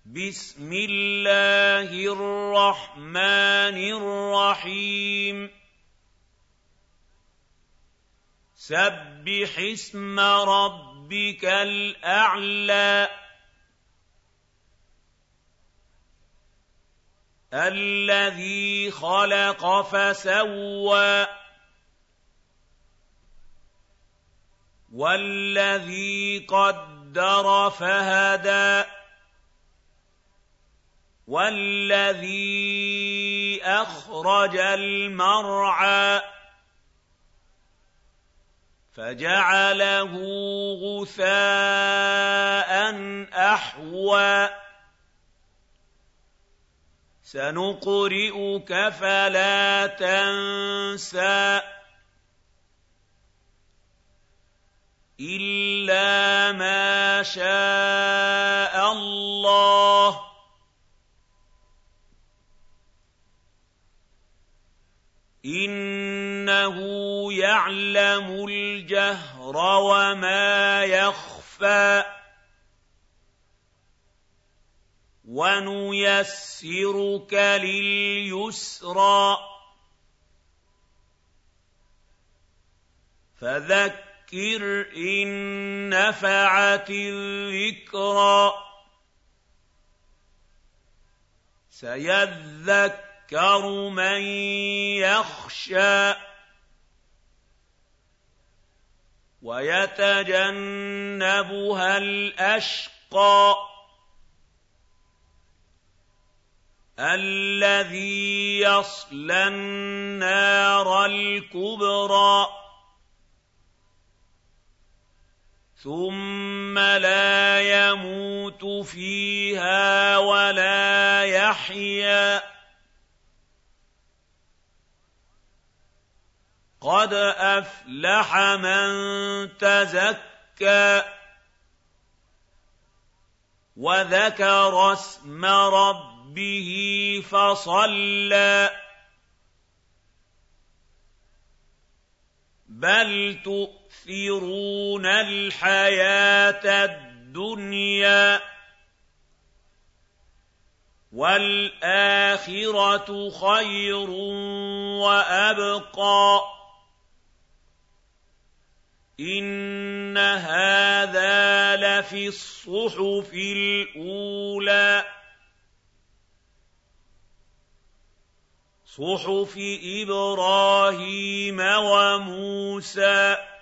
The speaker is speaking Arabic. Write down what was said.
بسم الله الرحمن الرحيم سبح اسم ربك الأعلى الذي خلق فسوى والذي قدر فهدى والذي أخرج المرعى فجعله غثاء أحوى سنقرئك فلا تنسى إلا ما شاء الله إنه يعلم الجهر وما يخفى ونيسرك لليسرى فذكر إن نفعت الذكرى سيذكر من يخشى ويتجنبها الأشقى الذي يصلى النار الكبرى ثم لا يموت فيها ولا يحيا قد أفلح من تزكى وذكر اسم ربه فصلى بل تؤثرون الحياة الدنيا والآخرة خير وأبقى إن هذا لفي الصحف الأولى صحف إبراهيم وموسى